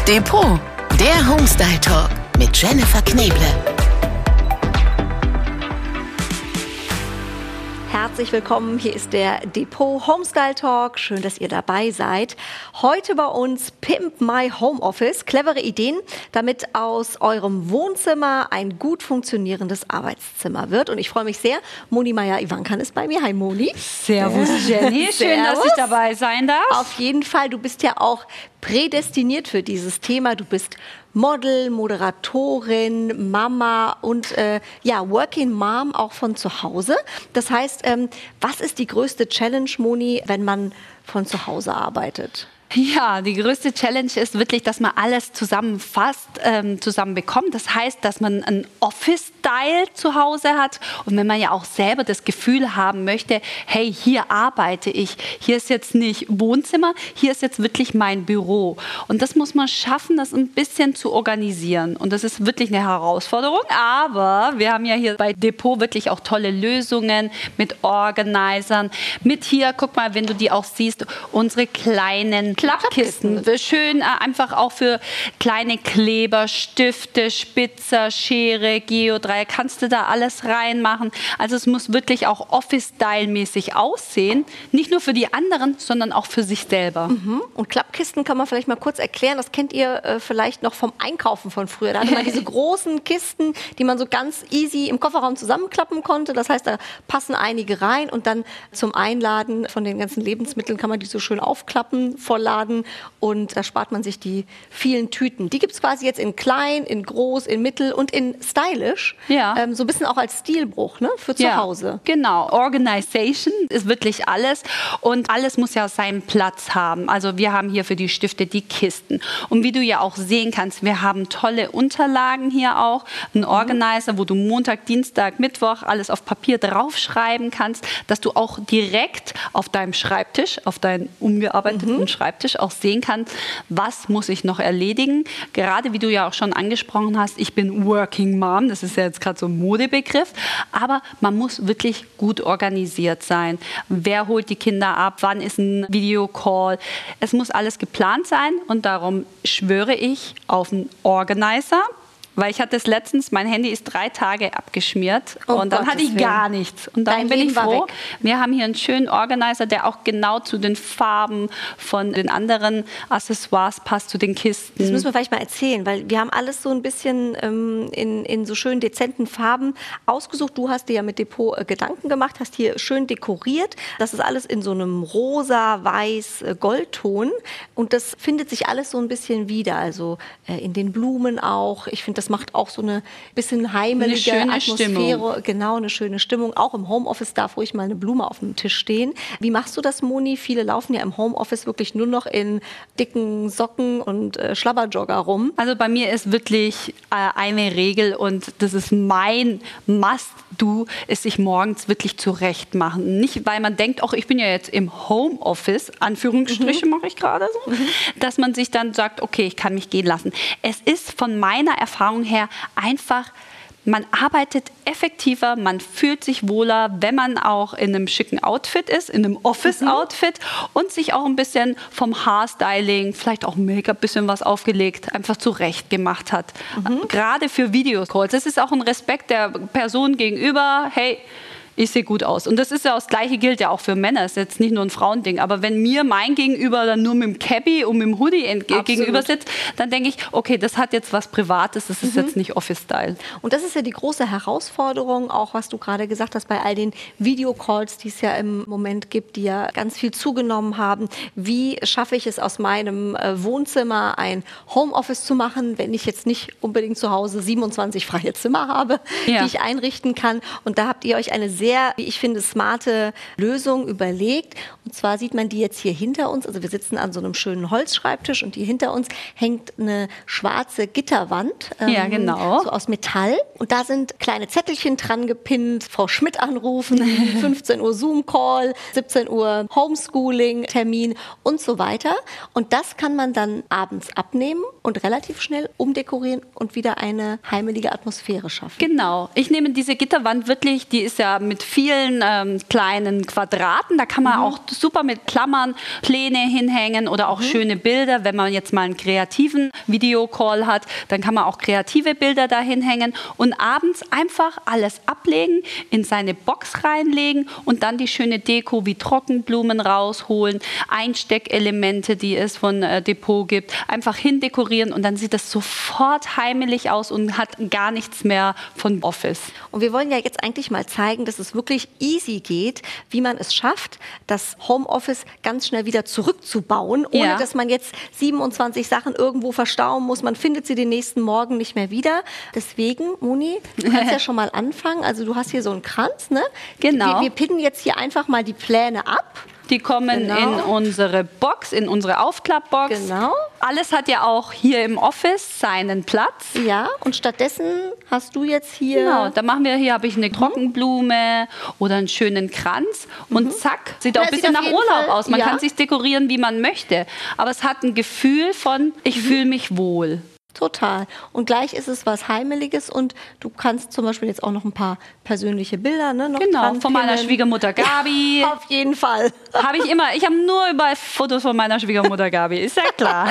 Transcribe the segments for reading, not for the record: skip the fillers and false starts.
Depot, der Homestyle Talk mit Jennifer Kneble. Herzlich willkommen, hier ist der Depot Homestyle Talk. Schön, dass ihr dabei seid. Heute bei uns Pimp My Homeoffice. Clevere Ideen, damit aus eurem Wohnzimmer ein gut funktionierendes Arbeitszimmer wird. Und ich freue mich sehr, Moni Meier-Ivankan ist bei mir. Hi Moni. Servus Jenny, schön, dass ich dabei sein darf. Auf jeden Fall, du bist ja auch prädestiniert für dieses Thema. Du bist Model, Moderatorin, Mama und Working Mom auch von zu Hause. Das heißt, was ist die größte Challenge, Moni, wenn man von zu Hause arbeitet? Ja, die größte Challenge ist wirklich, dass man alles zusammenfasst, zusammenbekommt. Das heißt, dass man einen Office-Style zu Hause hat. Und wenn man ja auch selber das Gefühl haben möchte, hey, hier arbeite ich. Hier ist jetzt nicht Wohnzimmer, hier ist jetzt wirklich mein Büro. Und das muss man schaffen, das ein bisschen zu organisieren. Und das ist wirklich eine Herausforderung. Aber wir haben ja hier bei Depot wirklich auch tolle Lösungen mit Organisern. Mit hier, guck mal, wenn du die auch siehst, unsere kleinen Klappkisten. Schön einfach auch für kleine Kleber, Stifte, Spitzer, Schere, Geodreieck. Kannst du da alles reinmachen. Also es muss wirklich auch Office-Style-mäßig aussehen. Nicht nur für die anderen, sondern auch für sich selber. Mhm. Und Klappkisten kann man vielleicht mal kurz erklären. Das kennt ihr vielleicht noch vom Einkaufen von früher. Da hatte man diese großen Kisten, die man so ganz easy im Kofferraum zusammenklappen konnte. Das heißt, da passen einige rein und dann zum Einladen von den ganzen Lebensmitteln kann man die so schön aufklappen, vollladen und da spart man sich die vielen Tüten. Die gibt es quasi jetzt in klein, in groß, in mittel und in stylisch. Ja. So ein bisschen auch als Stilbruch, ne, für zu Hause. Genau. Organization ist wirklich alles und alles muss ja seinen Platz haben. Also wir haben hier für die Stifte die Kisten. Und wie du ja auch sehen kannst, wir haben tolle Unterlagen hier auch. Ein Organizer, wo du Montag, Dienstag, Mittwoch alles auf Papier draufschreiben kannst, dass du auch direkt auf deinem Schreibtisch, auf deinen umgearbeiteten Schreibtisch auch sehen kannst, was muss ich noch erledigen. Gerade wie du ja auch schon angesprochen hast, ich bin Working Mom, das ist ja jetzt gerade so ein Modebegriff, aber man muss wirklich gut organisiert sein. Wer holt die Kinder ab, wann ist ein Videocall? Es muss alles geplant sein und darum schwöre ich auf einen Organizer. Weil ich hatte es letztens, mein Handy ist 3 Tage abgeschmiert und dann hatte ich gar nichts. Und darum bin ich froh. Wir haben hier einen schönen Organizer, der auch genau zu den Farben von den anderen Accessoires passt, zu den Kisten. Das müssen wir vielleicht mal erzählen, weil wir haben alles so ein bisschen in so schön dezenten Farben ausgesucht. Du hast dir ja mit Depot Gedanken gemacht, hast hier schön dekoriert. Das ist alles in so einem rosa, weiß, Goldton und das findet sich alles so ein bisschen wieder. Also in den Blumen auch. Ich finde, das macht auch so eine bisschen heimelige Atmosphäre. Stimmung. Genau, eine schöne Stimmung. Auch im Homeoffice darf ruhig mal eine Blume auf dem Tisch stehen. Wie machst du das, Moni? Viele laufen ja im Homeoffice wirklich nur noch in dicken Socken und Schlabberjogger rum. Also bei mir ist wirklich eine Regel und das ist mein Must-Do, ist sich morgens wirklich zurecht machen. Nicht, weil man denkt, ach, ich bin ja jetzt im Homeoffice, Anführungsstriche mache ich gerade so, dass man sich dann sagt, okay, ich kann mich gehen lassen. Es ist von meiner Erfahrung her einfach, man arbeitet effektiver, man fühlt sich wohler, wenn man auch in einem schicken Outfit ist, in einem Office-Outfit und sich auch ein bisschen vom Haarstyling, vielleicht auch Make-up, ein bisschen was aufgelegt, einfach zurecht gemacht hat. Gerade für Videocalls. Das ist auch ein Respekt der Person gegenüber. Hey, ich sehe gut aus. Und das ist ja das Gleiche gilt ja auch für Männer. Das ist jetzt nicht nur ein Frauending. Aber wenn mir mein Gegenüber dann nur mit dem Cappy und mit dem Hoodie gegenüber sitzt, dann denke ich, okay, das hat jetzt was Privates, das ist jetzt nicht Office-Style. Und das ist ja die große Herausforderung, auch was du gerade gesagt hast, bei all den Videocalls, die es ja im Moment gibt, die ja ganz viel zugenommen haben. Wie schaffe ich es aus meinem Wohnzimmer ein Homeoffice zu machen, wenn ich jetzt nicht unbedingt zu Hause 27 freie Zimmer habe, die ich einrichten kann? Und da habt ihr euch eine sehr, wie ich finde, smarte Lösung überlegt. Und zwar sieht man die jetzt hier hinter uns. Also wir sitzen an so einem schönen Holzschreibtisch und hier hinter uns hängt eine schwarze Gitterwand. Genau. So aus Metall. Und da sind kleine Zettelchen dran gepinnt. Frau Schmidt anrufen, 15 Uhr Zoom-Call, 17 Uhr Homeschooling-Termin und so weiter. Und das kann man dann abends abnehmen und relativ schnell umdekorieren und wieder eine heimelige Atmosphäre schaffen. Genau. Ich nehme diese Gitterwand wirklich, die ist ja mit vielen kleinen Quadraten. Da kann man auch super mit Klammern Pläne hinhängen oder auch schöne Bilder. Wenn man jetzt mal einen kreativen Videocall hat, dann kann man auch kreative Bilder da hinhängen und abends einfach alles ablegen, in seine Box reinlegen und dann die schöne Deko wie Trockenblumen rausholen, Einsteckelemente, die es von Depot gibt, einfach hindekorieren und dann sieht das sofort heimelig aus und hat gar nichts mehr von Office. Und wir wollen ja jetzt eigentlich mal zeigen, dass es wirklich easy geht, wie man es schafft, das Homeoffice ganz schnell wieder zurückzubauen, ohne dass man jetzt 27 Sachen irgendwo verstauen muss. Man findet sie den nächsten Morgen nicht mehr wieder. Deswegen, Moni, du kannst ja schon mal anfangen. Also du hast hier so einen Kranz, ne? Genau. Wir pinnen jetzt hier einfach mal die Pläne ab. Die kommen in unsere Box, in unsere Aufklappbox. Genau. Alles hat ja auch hier im Office seinen Platz. Ja, und stattdessen hast du jetzt hier... Genau, da machen wir hier, habe ich eine Trockenblume oder einen schönen Kranz und zack, sieht auch ein bisschen nach Urlaub aus. Man kann sich dekorieren, wie man möchte. Aber es hat ein Gefühl von, ich fühle mich wohl. Total. Und gleich ist es was Heimeliges und du kannst zum Beispiel jetzt auch noch ein paar persönliche Bilder noch genau, von meiner Schwiegermutter Gabi. Ja, auf jeden Fall. Habe ich immer. Ich habe nur überall Fotos von meiner Schwiegermutter Gabi, ist ja klar.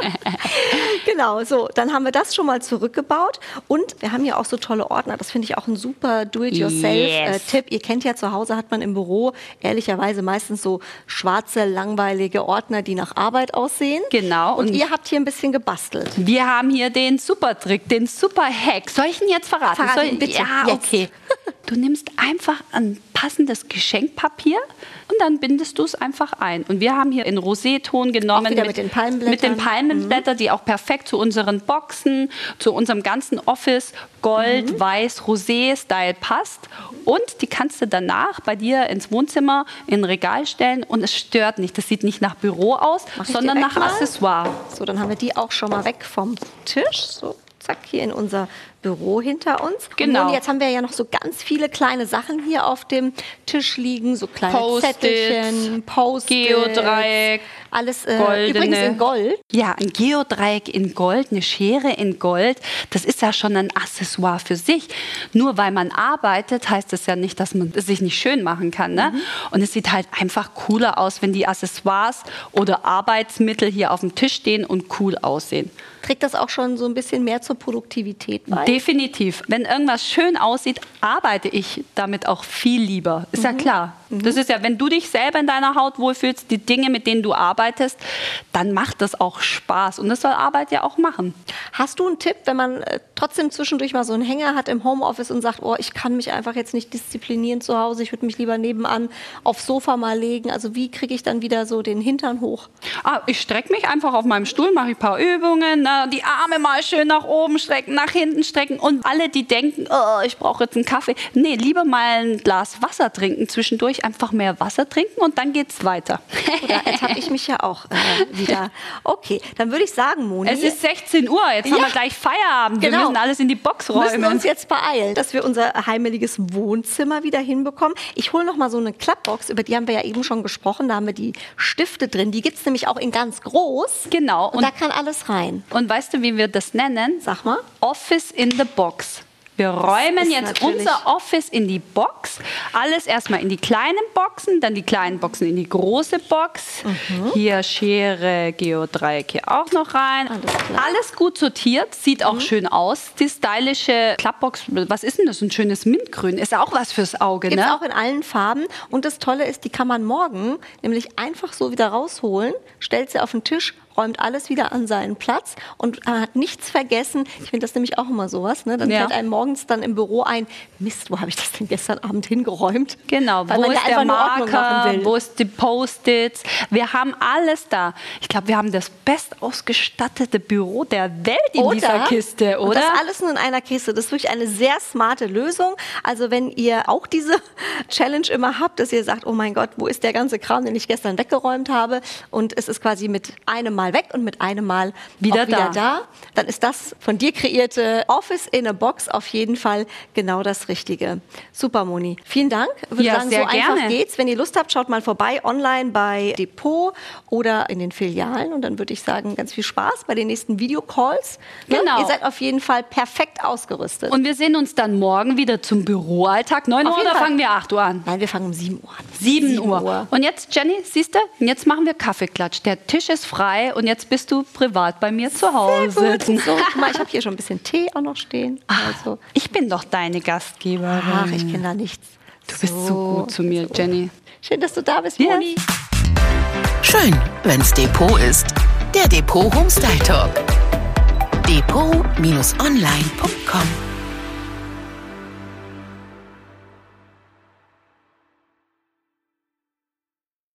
Genau, so, dann haben wir das schon mal zurückgebaut und wir haben hier auch so tolle Ordner. Das finde ich auch ein super Do-it-yourself-Tipp. Ihr kennt ja, zu Hause hat man im Büro ehrlicherweise meistens so schwarze, langweilige Ordner, die nach Arbeit aussehen. Genau. Und ihr habt hier ein bisschen gebastelt. Wir haben hier den Super-Trick, den Super-Hack. Soll ich ihn jetzt verraten? Verrat ihn bitte. Ja, jetzt. Okay. Du nimmst einfach ein passendes Geschenkpapier und dann bindest du es einfach ein. Und wir haben hier in Roséton genommen. Auch wieder mit den Palmenblättern. Mit den Palmenblättern, die auch perfekt zu unseren Boxen, zu unserem ganzen Office Gold, Weiß, Rosé-Style passt. Und die kannst du danach bei dir ins Wohnzimmer in ein Regal stellen und es stört nicht. Das sieht nicht nach Büro aus, sondern nach Accessoire. So, dann haben wir die auch schon mal weg vom Tisch. So, zack, hier in unser Büro hinter uns. Genau. Und jetzt haben wir ja noch so ganz viele kleine Sachen hier auf dem Tisch liegen, so kleine Zettelchen, Post-its, Geodreieck, alles goldene. Übrigens in Gold. Ja, ein Geodreieck in Gold, eine Schere in Gold, das ist ja schon ein Accessoire für sich. Nur weil man arbeitet, heißt das ja nicht, dass man es sich nicht schön machen kann. Ne? Und es sieht halt einfach cooler aus, wenn die Accessoires oder Arbeitsmittel hier auf dem Tisch stehen und cool aussehen. Trägt das auch schon so ein bisschen mehr zur Produktivität bei? Definitiv. Wenn irgendwas schön aussieht, arbeite ich damit auch viel lieber. Ist ja klar. Das ist ja, wenn du dich selber in deiner Haut wohlfühlst, die Dinge, mit denen du arbeitest, dann macht das auch Spaß. Und das soll Arbeit ja auch machen. Hast du einen Tipp, wenn man trotzdem zwischendurch mal so einen Hänger hat im Homeoffice und sagt, oh, ich kann mich einfach jetzt nicht disziplinieren zu Hause, ich würde mich lieber nebenan aufs Sofa mal legen. Also wie kriege ich dann wieder so den Hintern hoch? Ich strecke mich einfach auf meinem Stuhl, mache ein paar Übungen, die Arme mal schön nach oben strecken, nach hinten strecken. Und alle, die denken, oh, ich brauche jetzt einen Kaffee. Nee, lieber mal ein Glas Wasser trinken zwischendurch, einfach mehr Wasser trinken und dann geht's weiter. Oder jetzt habe ich mich ja auch wieder. Okay, dann würde ich sagen, Moni. Es ist 16 Uhr, jetzt haben wir gleich Feierabend. Genau. Wir müssen alles in die Box räumen. Wir müssen uns jetzt beeilen, dass wir unser heimeliges Wohnzimmer wieder hinbekommen. Ich hole noch mal so eine Klappbox, über die haben wir ja eben schon gesprochen. Da haben wir die Stifte drin. Die gibt es nämlich auch in ganz groß. Genau. Und da kann alles rein. Und weißt du, wie wir das nennen? Sag mal. Office in the Box. Wir räumen jetzt unser Office in die Box. Alles erstmal in die kleinen Boxen, dann die kleinen Boxen in die große Box. Hier Schere, Geodreieck hier auch noch rein. Alles gut sortiert, sieht auch schön aus. Die stylische Klappbox, was ist denn das? Ein schönes Mintgrün. Ist auch was fürs Auge, Gibt's ne? auch in allen Farben. Und das Tolle ist, die kann man morgen nämlich einfach so wieder rausholen, stellt sie auf den Tisch, räumt alles wieder an seinen Platz und hat nichts vergessen. Ich finde das nämlich auch immer sowas. Ne? Dann fällt einem morgens dann im Büro ein, Mist, wo habe ich das denn gestern Abend hingeräumt? Genau, weil wo man ist ja der einfach nur Ordnung machen Marker, will. wo ist die Post-its? Wir haben alles da. Ich glaube, wir haben das bestausgestattete Büro der Welt in dieser Kiste, oder? Und das alles nur in einer Kiste. Das ist wirklich eine sehr smarte Lösung. Also wenn ihr auch diese Challenge immer habt, dass ihr sagt, oh mein Gott, wo ist der ganze Kram, den ich gestern weggeräumt habe? Und es ist quasi mit einem Mal Mal weg und mit einem Mal wieder da. Dann ist das von dir kreierte Office in a Box auf jeden Fall genau das Richtige. Super, Moni. Vielen Dank. Ich würde sagen, sehr so einfach gerne. geht's. Wenn ihr Lust habt, schaut mal vorbei online bei Depot oder in den Filialen. Und dann würde ich sagen, ganz viel Spaß bei den nächsten Videocalls. Genau. Ihr seid auf jeden Fall perfekt ausgerüstet. Und wir sehen uns dann morgen wieder zum Büroalltag. 9 Uhr oder fangen wir 8 Uhr an? Nein, wir fangen um 7 Uhr an. 7 Uhr. Und jetzt, Jenny, siehst du, jetzt machen wir Kaffeeklatsch. Der Tisch ist frei und jetzt bist du privat bei mir zu Hause. Sehr gut. So, guck mal, ich habe hier schon ein bisschen Tee auch noch stehen. Also. Ich bin doch deine Gastgeberin. Ach, ich kenne da nichts. Du bist so gut zu mir, Jenny. Schön, dass du da bist, Moni. Schön, wenn's Depot ist. Der Depot Homestyle Talk. Depot-online.com